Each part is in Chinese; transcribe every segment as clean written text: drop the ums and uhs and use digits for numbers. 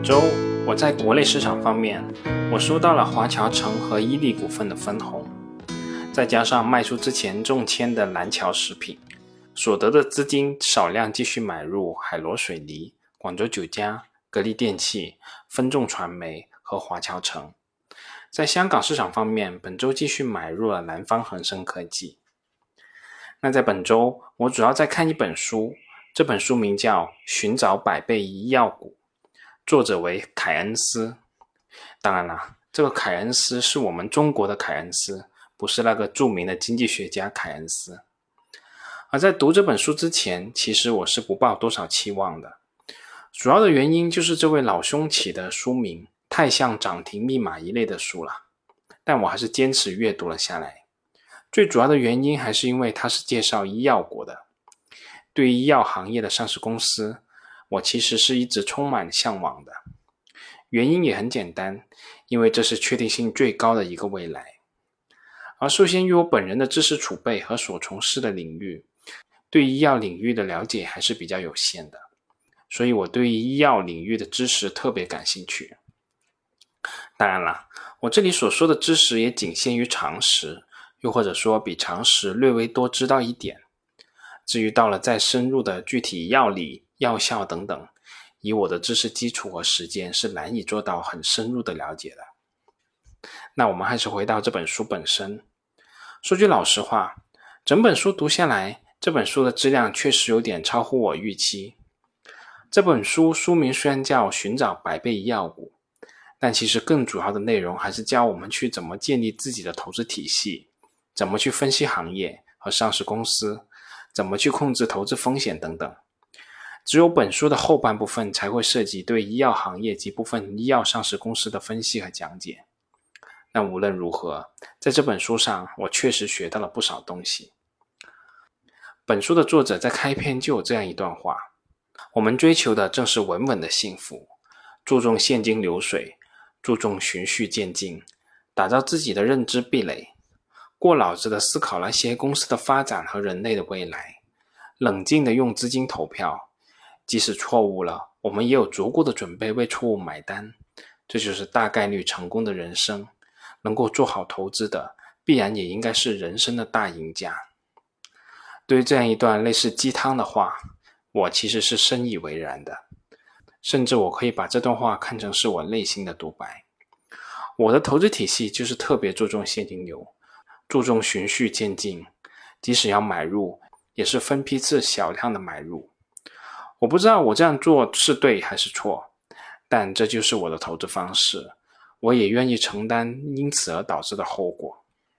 周我在国内市场方面，我收到了华侨城和伊利股份的分红，再加上卖出之前中签的蓝桥食品，所得的资金少量继续买入海螺水泥、广州酒家、格力电器、分众传媒和华侨城。在香港市场方面，本周继续买入了南方恒生科技。那在本周我主要在看一本书，这本书名叫《寻找百倍医药股》，作者为凯恩斯。当然啦，这个凯恩斯是我们中国的凯恩斯，不是那个著名的经济学家凯恩斯。而在读这本书之前，其实我是不抱多少期望的，主要的原因就是这位老兄起的书名太像涨停密码一类的书了，但我还是坚持阅读了下来。最主要的原因还是因为它是介绍医药股的。对于医药行业的上市公司，我其实是一直充满向往的。原因也很简单，因为这是确定性最高的一个未来。而受限于我本人的知识储备和所从事的领域，对医药领域的了解还是比较有限的，所以我对于医药领域的知识特别感兴趣。当然了，我这里所说的知识也仅限于常识，又或者说比常识略微多知道一点。至于到了再深入的具体药理、药效等等，以我的知识基础和实践是难以做到很深入的了解的。那我们还是回到这本书本身。说句老实话，整本书读下来，这本书的质量确实有点超乎我预期。这本书书名虽然叫《寻找百倍医药股》，但其实更主要的内容还是教我们去怎么建立自己的投资体系，怎么去分析行业和上市公司，怎么去控制投资风险等等。只有本书的后半部分才会涉及对医药行业及部分医药上市公司的分析和讲解。那无论如何，在这本书上我确实学到了不少东西。本书的作者在开篇就有这样一段话：我们追求的正是稳稳的幸福，注重现金流水，注重循序渐进，打造自己的认知壁垒，过脑子的思考那些公司的发展和人类的未来，冷静地用资金投票，即使错误了，我们也有足够的准备为错误买单。这就是大概率成功的人生，能够做好投资的，必然也应该是人生的大赢家。对于这样一段类似鸡汤的话，我其实是深以为然的，甚至我可以把这段话看成是我内心的独白。我的投资体系就是特别注重现金流，注重循序渐进，即使要买入，也是分批次小量的买入。我不知道我这样做是对还是错，但这就是我的投资方式，我也愿意承担因此而导致的后果。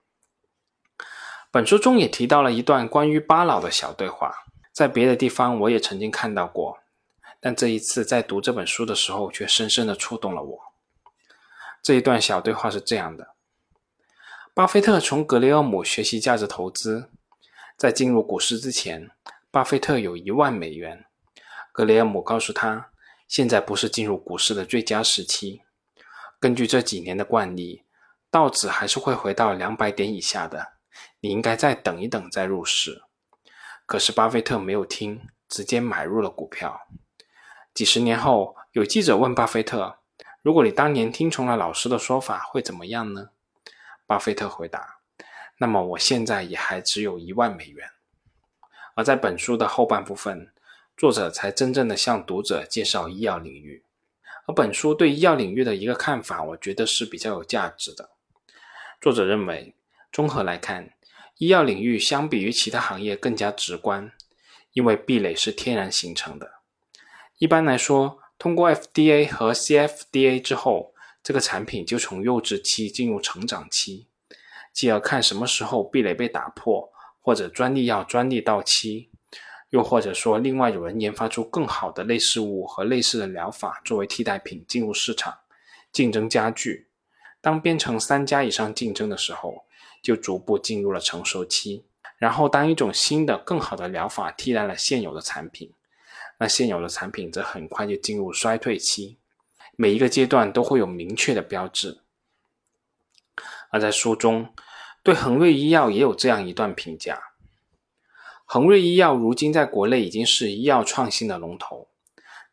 本书中也提到了一段关于巴老的小对话，在别的地方我也曾经看到过，但这一次在读这本书的时候却深深地触动了我。这一段小对话是这样的：巴菲特从格雷厄姆学习价值投资，在进入股市之前，巴菲特有1万美元。格雷厄姆告诉他，现在不是进入股市的最佳时期。根据这几年的惯例，道指还是会回到200点以下的，你应该再等一等再入市。可是巴菲特没有听，直接买入了股票。几十年后，有记者问巴菲特，如果你当年听从了老师的说法，会怎么样呢？巴菲特回答，那么我现在也还只有1万美元。而在本书的后半部分，作者才真正的向读者介绍医药领域。而本书对医药领域的一个看法，我觉得是比较有价值的。作者认为，综合来看，医药领域相比于其他行业更加直观，因为壁垒是天然形成的。一般来说，通过 FDA 和 CFDA 之后，这个产品就从幼稚期进入成长期，继而看什么时候壁垒被打破，或者专利药专利到期，又或者说另外有人研发出更好的类似物和类似的疗法作为替代品进入市场，竞争加剧。当变成3家以上竞争的时候，就逐步进入了成熟期。然后当一种新的更好的疗法替代了现有的产品，那现有的产品则很快就进入衰退期。每一个阶段都会有明确的标志。而在书中，对恒瑞医药也有这样一段评价：恒瑞医药如今在国内已经是医药创新的龙头，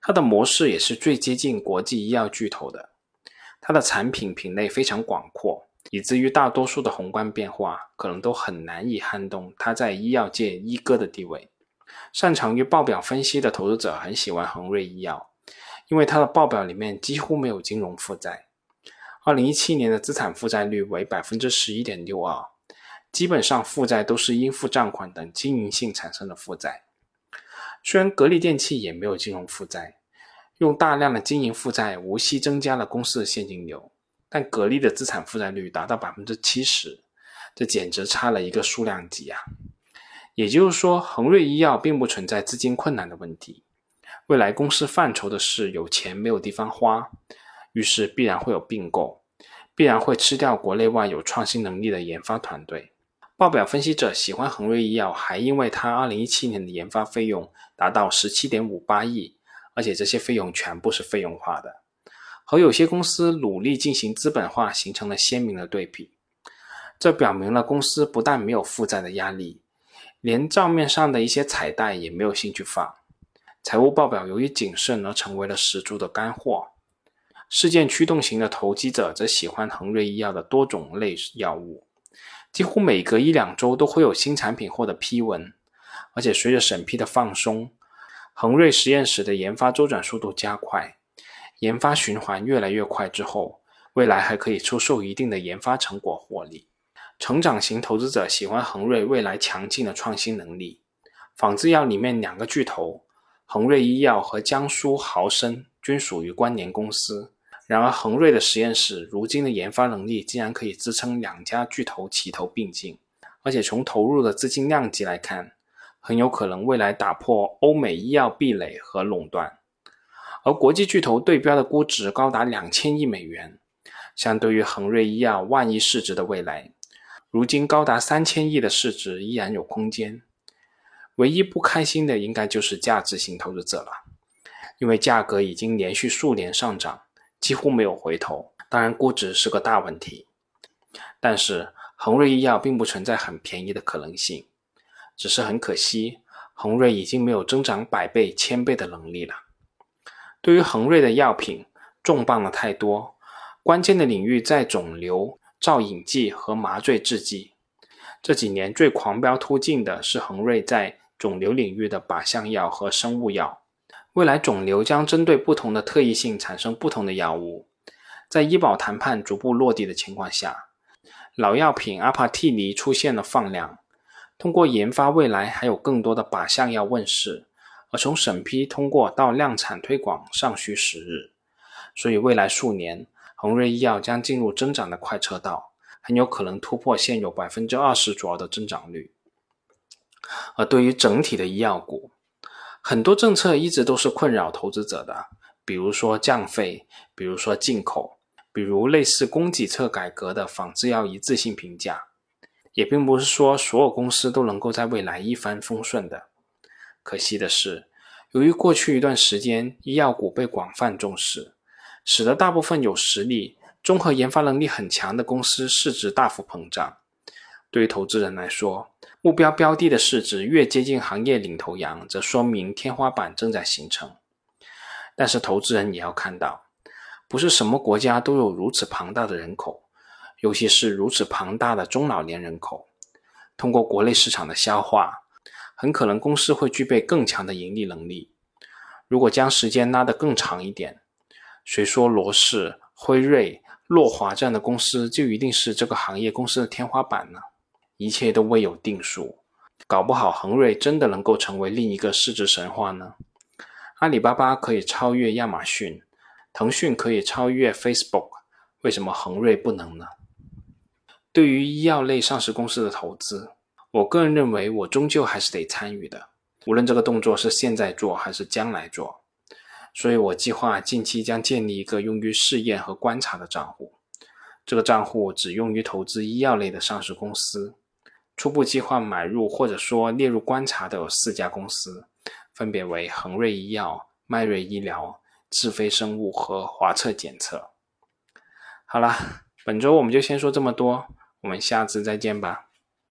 它的模式也是最接近国际医药巨头的。它的产品品类非常广阔，以至于大多数的宏观变化可能都很难以撼动它在医药界一哥的地位。擅长于报表分析的投资者很喜欢恒瑞医药，因为它的报表里面几乎没有金融负债。2017年的资产负债率为 11.62%， 基本上负债都是应付账款等经营性产生的负债。虽然格力电器也没有金融负债，用大量的经营负债无息增加了公司的现金流，但格力的资产负债率达到 70%， 这简直差了一个数量级啊！也就是说，恒瑞医药并不存在资金困难的问题，未来公司犯愁的是有钱没有地方花，于是必然会有并购，必然会吃掉国内外有创新能力的研发团队。报表分析者喜欢恒瑞医药，还因为它2017年的研发费用达到 17.58 亿，而且这些费用全部是费用化的，和有些公司努力进行资本化形成了鲜明的对比。这表明了公司不但没有负债的压力，连账面上的一些彩带也没有兴趣放。财务报表由于谨慎而成为了十足的干货。事件驱动型的投机者则喜欢恒瑞医药的多种类药物，几乎每隔1-2周都会有新产品获得批文，而且随着审批的放松，恒瑞实验室的研发周转速度加快，研发循环越来越快之后，未来还可以出售一定的研发成果获利。成长型投资者喜欢恒瑞未来强劲的创新能力。仿制药里面2个巨头，恒瑞医药和江苏豪生均属于关联公司，然而恒瑞的实验室如今的研发能力竟然可以支撑2家巨头齐头并进，而且从投入的资金量级来看，很有可能未来打破欧美医药壁垒和垄断。而国际巨头对标的估值高达2000亿美元，相对于恒瑞医药万亿市值的未来，如今高达3000亿的市值依然有空间。唯一不开心的应该就是价值型投资者了，因为价格已经连续数年上涨，几乎没有回头，当然估值是个大问题。但是恒瑞医药并不存在很便宜的可能性，只是很可惜，恒瑞已经没有增长100倍、1000倍的能力了。对于恒瑞的药品，重磅的太多，关键的领域在肿瘤、造影剂和麻醉制剂。这几年最狂飙突进的是恒瑞在肿瘤领域的靶向药和生物药。未来肿瘤将针对不同的特异性产生不同的药物。在医保谈判逐步落地的情况下，老药品阿帕替尼出现了放量，通过研发未来还有更多的靶向药问世，而从审批通过到量产推广尚需时日。所以未来数年，恒瑞医药将进入增长的快车道，很有可能突破现有 20% 左右的增长率。而对于整体的医药股，很多政策一直都是困扰投资者的，比如说降费，比如说进口，比如类似供给侧改革的仿制药一致性评价。也并不是说所有公司都能够在未来一帆风顺的。可惜的是，由于过去一段时间医药股被广泛重视，使得大部分有实力、综合研发能力很强的公司市值大幅膨胀。对于投资人来说，目标标的的市值越接近行业领头羊，则说明天花板正在形成。但是投资人也要看到，不是什么国家都有如此庞大的人口，尤其是如此庞大的中老年人口。通过国内市场的消化，很可能公司会具备更强的盈利能力。如果将时间拉得更长一点，谁说罗氏、辉瑞、洛华这样的公司就一定是这个行业公司的天花板呢？一切都未有定数，搞不好恒瑞真的能够成为另一个市值神话呢。阿里巴巴可以超越亚马逊，腾讯可以超越 Facebook， 为什么恒瑞不能呢？对于医药类上市公司的投资，我个人认为我终究还是得参与的，无论这个动作是现在做还是将来做。所以我计划近期将建立一个用于试验和观察的账户，这个账户只用于投资医药类的上市公司。初步计划买入或者说列入观察的有4家公司，分别为恒瑞医药、迈瑞医疗、智飞生物和华测检测。好啦，本周我们就先说这么多，我们下次再见吧。